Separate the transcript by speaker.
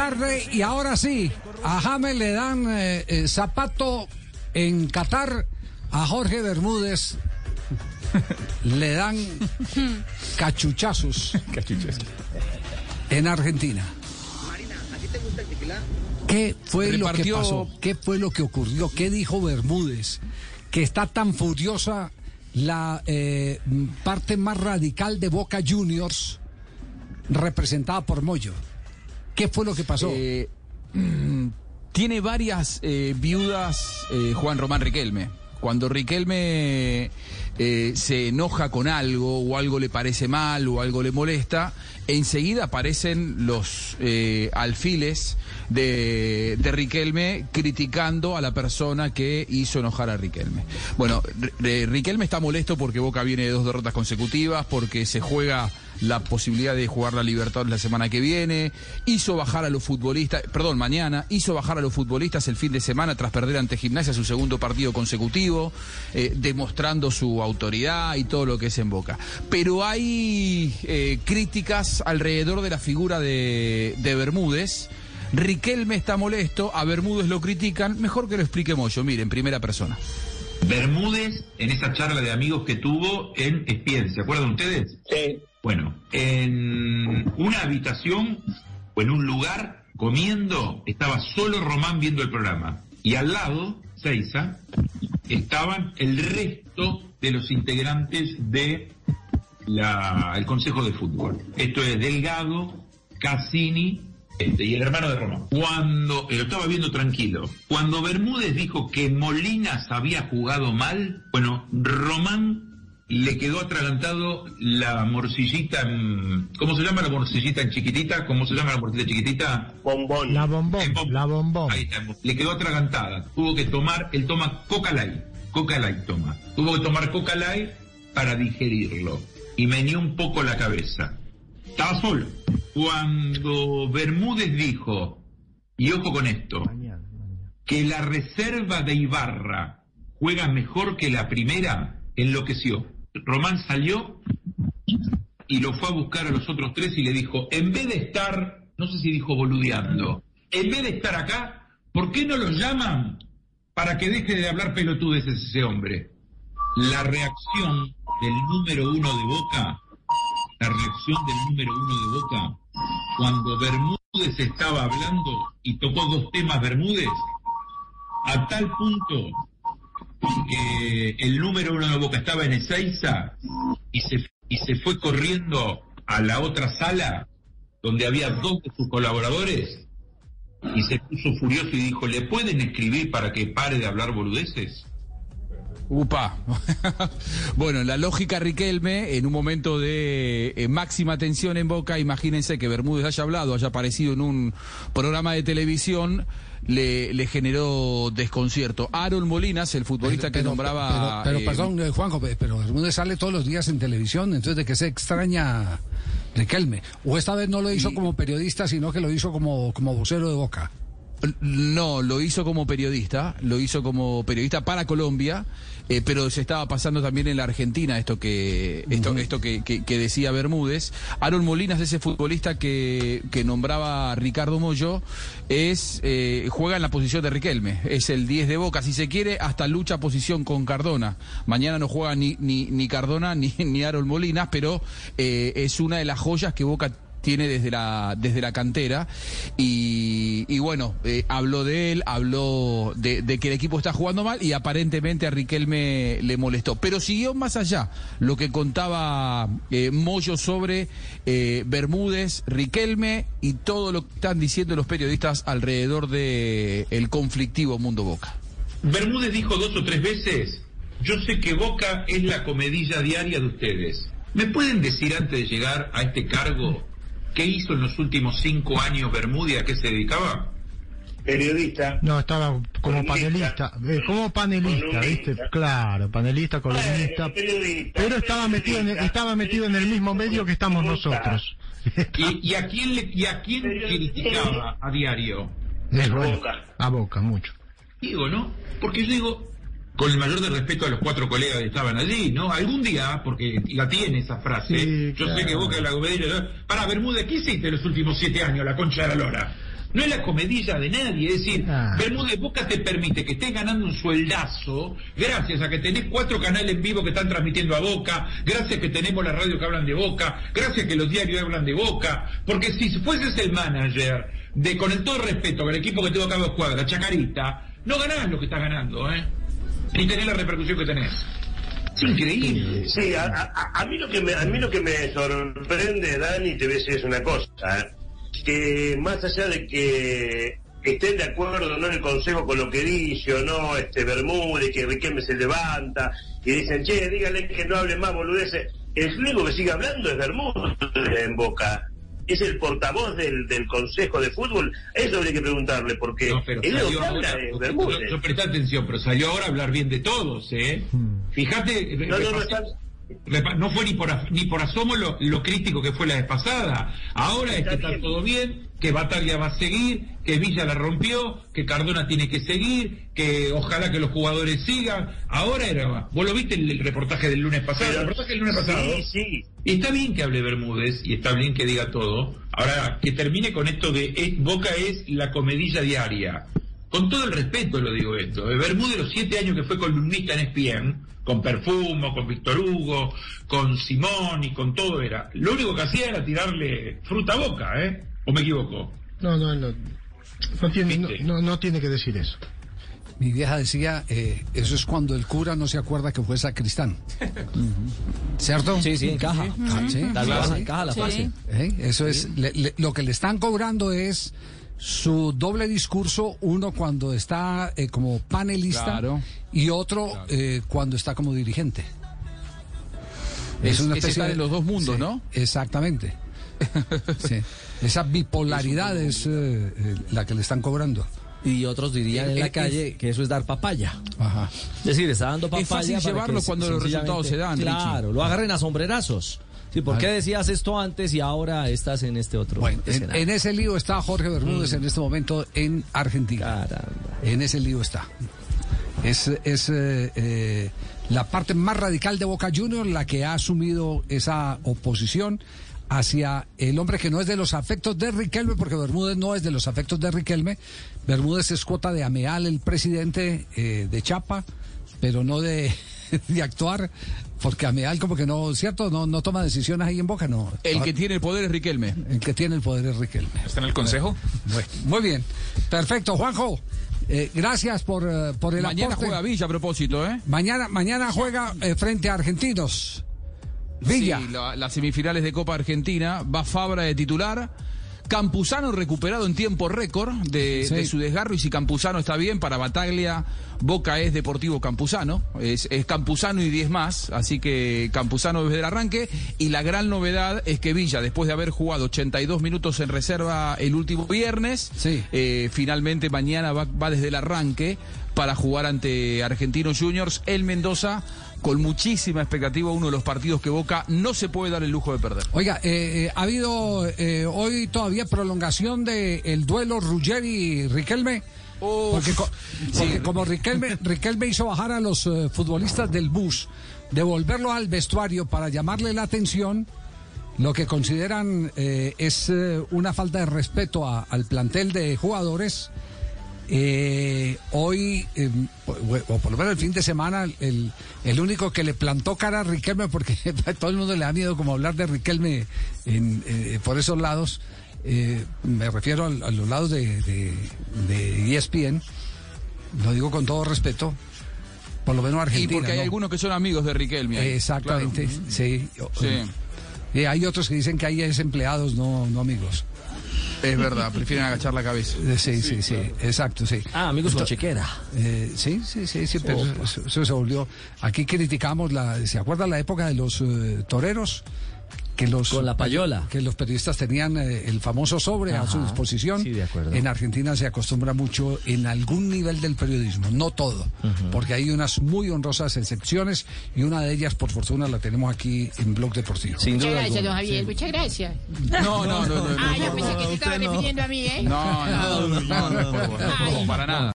Speaker 1: tarde y ahora sí, a James le dan zapato en Qatar, a Jorge Bermúdez le dan cachuchazos en Argentina. ¿Qué fue lo que pasó? ¿Qué fue lo que ocurrió? ¿Qué dijo Bermúdez? Que está tan furiosa la parte más radical de Boca Juniors, representada por Moyo. ¿Qué fue lo que pasó?
Speaker 2: Tiene varias viudas Juan Román Riquelme. Cuando Riquelme se enoja con algo o algo le parece mal o algo le molesta, enseguida aparecen los alfiles de Riquelme criticando a la persona que hizo enojar a Riquelme. Bueno, Riquelme está molesto porque Boca viene de 2 derrotas consecutivas, porque se juega la posibilidad de jugar la Libertadores la semana que viene, hizo bajar a los futbolistas, mañana, hizo bajar a los futbolistas el fin de semana tras perder ante Gimnasia su segundo partido consecutivo, demostrando su autoridad y todo lo que es en Boca. Pero hay críticas alrededor de la figura de Bermúdez. Riquelme está molesto, a Bermúdez lo critican, mejor que lo expliquemos yo, mire, en primera persona.
Speaker 3: Bermúdez, en esa charla de amigos que tuvo en Espiel, ¿se acuerdan ustedes?
Speaker 4: Sí.
Speaker 3: Bueno, en una habitación o en un lugar comiendo, estaba solo Román viendo el programa. Y al lado, Seiza, estaban el resto de los integrantes de el Consejo de Fútbol. Esto es Delgado, Cassini y el hermano de Román. Cuando, lo estaba viendo tranquilo, cuando Bermúdez dijo que Molinas había jugado mal, bueno, Román le quedó atragantado la morcillita, ¿cómo se llama la morcillita en chiquitita? ¿Cómo se llama la morcilla chiquitita?
Speaker 4: Bombón.
Speaker 5: La bombón.
Speaker 3: Ahí está, le quedó atragantada. Tuvo que tomar, él toma Coca Light toma. Tuvo que tomar Coca Light para digerirlo. Y meneó un poco la cabeza. Estaba solo. Cuando Bermúdez dijo, y ojo con esto, que la reserva de Ibarra juega mejor que la primera, enloqueció. Román salió y lo fue a buscar a los otros 3 y le dijo, en vez de estar, no sé si dijo boludeando, en vez de estar acá, ¿por qué no lo llaman para que deje de hablar pelotudeces ese hombre? La reacción del número 1 de Boca, cuando Bermúdez estaba hablando y tocó 2 temas Bermúdez, a tal punto que el número 1 de Boca estaba en Ezeiza y se fue corriendo a la otra sala donde había 2 de sus colaboradores y se puso furioso y dijo, ¿le pueden escribir para que pare de hablar boludeces?
Speaker 2: Upa. Bueno, la lógica Riquelme, en un momento de máxima tensión en Boca, imagínense que Bermúdez haya hablado, haya aparecido en un programa de televisión, le generó desconcierto. Aaron Molinas, el futbolista que nombraba...
Speaker 1: Pero perdón, Juanjo, pero Bermúdez sale todos los días en televisión, entonces ¿de qué se extraña Riquelme? ¿O esta vez no lo hizo como periodista, sino que lo hizo como vocero de Boca?
Speaker 2: No, lo hizo como periodista para Colombia, pero se estaba pasando también en la Argentina esto que decía Bermúdez. Aaron Molinas, ese futbolista que nombraba Ricardo Mollo, juega en la posición de Riquelme, es el 10 de Boca, si se quiere, hasta lucha posición con Cardona. Mañana no juega ni Cardona ni Aaron Molinas, pero es una de las joyas que Boca tiene desde la cantera y bueno, habló de él, habló de que el equipo está jugando mal y aparentemente a Riquelme le molestó, pero siguió más allá lo que contaba Moyo sobre Bermúdez, Riquelme y todo lo que están diciendo los periodistas alrededor de el conflictivo Mundo Boca.
Speaker 3: Bermúdez dijo 2 o 3 veces, yo sé que Boca es la comedilla diaria de ustedes. ¿Me pueden decir antes de llegar a este cargo qué hizo en los últimos 5 años Bermúdez? ¿A qué se dedicaba?
Speaker 4: Periodista.
Speaker 5: No, estaba como panelista. Como panelista, ¿viste? Claro, panelista, columnista. Pero estaba metido en el mismo medio que estamos nosotros.
Speaker 3: ¿Y a quién criticaba a diario?
Speaker 5: A Boca, mucho.
Speaker 3: Digo, ¿no? Porque yo digo, con el mayor de respeto a los 4 colegas que estaban allí, ¿no? Algún día, porque la tiene esa frase,
Speaker 5: sí,
Speaker 3: yo
Speaker 5: claro.
Speaker 3: sé que Boca es la comedilla. Para Bermúdez, ¿qué hiciste los últimos 7 años, la concha de la lora? no es la comedilla de nadie. Es decir, Bermúdez, Boca te permite que estés ganando un sueldazo gracias a que tenés 4 canales en vivo que están transmitiendo a Boca, gracias a que tenemos las radios que hablan de Boca, gracias a que los diarios hablan de Boca, porque si fueses el manager de, con el todo respeto, con el equipo que tengo acá a 2 cuadras, Chacarita, no ganás lo que estás ganando, ni tenés la repercusión que tenés. Es increíble.
Speaker 4: Sí, a mí lo que me sorprende, Dani, te voy a decir es una cosa, que más allá de que estén de acuerdo no en el consejo con lo que dice o no Bermúdez, que Riquelme se levanta y dicen, che, díganle que no hable más boludeces, el único que sigue hablando es Bermúdez en Boca. Es el portavoz del Consejo de Fútbol. Eso habría que preguntarle, porque él lo que habla es Bermúdez.
Speaker 3: Yo presté atención, pero salió ahora a hablar bien de todos, Fíjate, no fue ni por asomo lo crítico que fue la vez pasada. Ahora es que está todo bien, que Bataglia va a seguir, que Villa la rompió, que Cardona tiene que seguir, que ojalá que los jugadores sigan. Ahora vos lo viste el reportaje del lunes pasado,
Speaker 4: Sí.
Speaker 3: Y está bien que hable Bermúdez y está bien que diga todo. Ahora, que termine con esto de Boca es la comedilla diaria. Con todo el respeto lo digo esto. Bermúdez, los 7 años que fue columnista en ESPN, con Perfumo, con Víctor Hugo, con Simón y con todo era. Lo único que hacía era tirarle fruta a Boca, ¿O me equivoco?
Speaker 5: No tiene que decir eso.
Speaker 1: Mi vieja decía, eso es cuando el cura no se acuerda que fue sacristán. ¿Cierto?
Speaker 6: Sí, encaja. Encaja la frase.
Speaker 1: Eso es, lo que le están cobrando es su doble discurso, uno cuando está como panelista y otro cuando está como dirigente.
Speaker 2: Es una especie de los dos mundos, ¿no?
Speaker 1: Exactamente. Sí. Esa bipolaridad es la que le están cobrando.
Speaker 6: Y otros dirían en la calle que eso es dar papaya.
Speaker 1: Ajá.
Speaker 6: Es decir, está dando papaya.
Speaker 2: Es fácil llevarlo cuando los resultados se dan.
Speaker 6: Claro, Richie. Lo agarren a sombrerazos. Sí, ¿por qué decías esto antes y ahora estás en este otro?
Speaker 1: Bueno, en ese lío está Jorge Bermúdez en este momento en Argentina.
Speaker 6: Caramba.
Speaker 1: En ese lío está. Es la parte más radical de Boca Juniors la que ha asumido esa oposición hacia el hombre que no es de los afectos de Riquelme, porque Bermúdez no es de los afectos de Riquelme. Bermúdez es cuota de Ameal, el presidente de Chapa, pero no de actuar, porque Ameal como que no, ¿cierto? No toma decisiones ahí en Boca, no.
Speaker 2: El que tiene el poder es Riquelme.
Speaker 1: El que tiene el poder es Riquelme.
Speaker 2: ¿Está en el consejo?
Speaker 1: Bueno, muy bien. Perfecto, Juanjo. Gracias por el aporte.
Speaker 2: Mañana juega Villa a propósito,
Speaker 1: Mañana juega frente a Argentinos. Villa.
Speaker 2: Sí, las semifinales de Copa Argentina. Va Fabra de titular. Campuzano recuperado en tiempo récord de su desgarro. Y si Campuzano está bien, para Bataglia, Boca es Deportivo Campuzano. Es Campuzano y 10 más. Así que Campuzano desde el arranque. Y la gran novedad es que Villa, después de haber jugado 82 minutos en reserva el último viernes, finalmente mañana va desde el arranque para jugar ante Argentinos Juniors. El Mendoza, con muchísima expectativa, uno de los partidos que Boca no se puede dar el lujo de perder.
Speaker 1: Oiga, ha habido hoy todavía prolongación del duelo Ruggeri-Riquelme. Porque como Riquelme hizo bajar a los futbolistas del bus, devolverlo al vestuario para llamarle la atención, lo que consideran es una falta de respeto al plantel de jugadores. Hoy, o por lo menos el fin de semana, el único que le plantó cara a Riquelme, porque a todo el mundo le da miedo como hablar de Riquelme por esos lados, me refiero a los lados de ESPN, lo digo con todo respeto, por lo menos Argentina.
Speaker 2: Y porque hay algunos que son amigos de Riquelme.
Speaker 1: Exactamente, claro. Sí. Hay otros que dicen que hay empleados, no amigos.
Speaker 2: Es verdad, prefieren agachar la cabeza.
Speaker 1: Sí, exacto, sí.
Speaker 6: Amigos con chequera.
Speaker 1: Sí, pero eso se volvió. Aquí criticamos ¿se acuerda la época de los toreros? Con la payola. Que los periodistas tenían el famoso sobre a su disposición.
Speaker 6: Sí, de acuerdo.
Speaker 1: En Argentina se acostumbra mucho en algún nivel del periodismo, no todo, porque hay unas muy honrosas excepciones y una de ellas, por fortuna, la tenemos aquí en Blog Deportivo.
Speaker 7: Sin duda. Muchas gracias, don Javier, muchas gracias.
Speaker 2: No.
Speaker 7: Yo pensé que se estaba refiriendo a mí,
Speaker 2: No, para nada.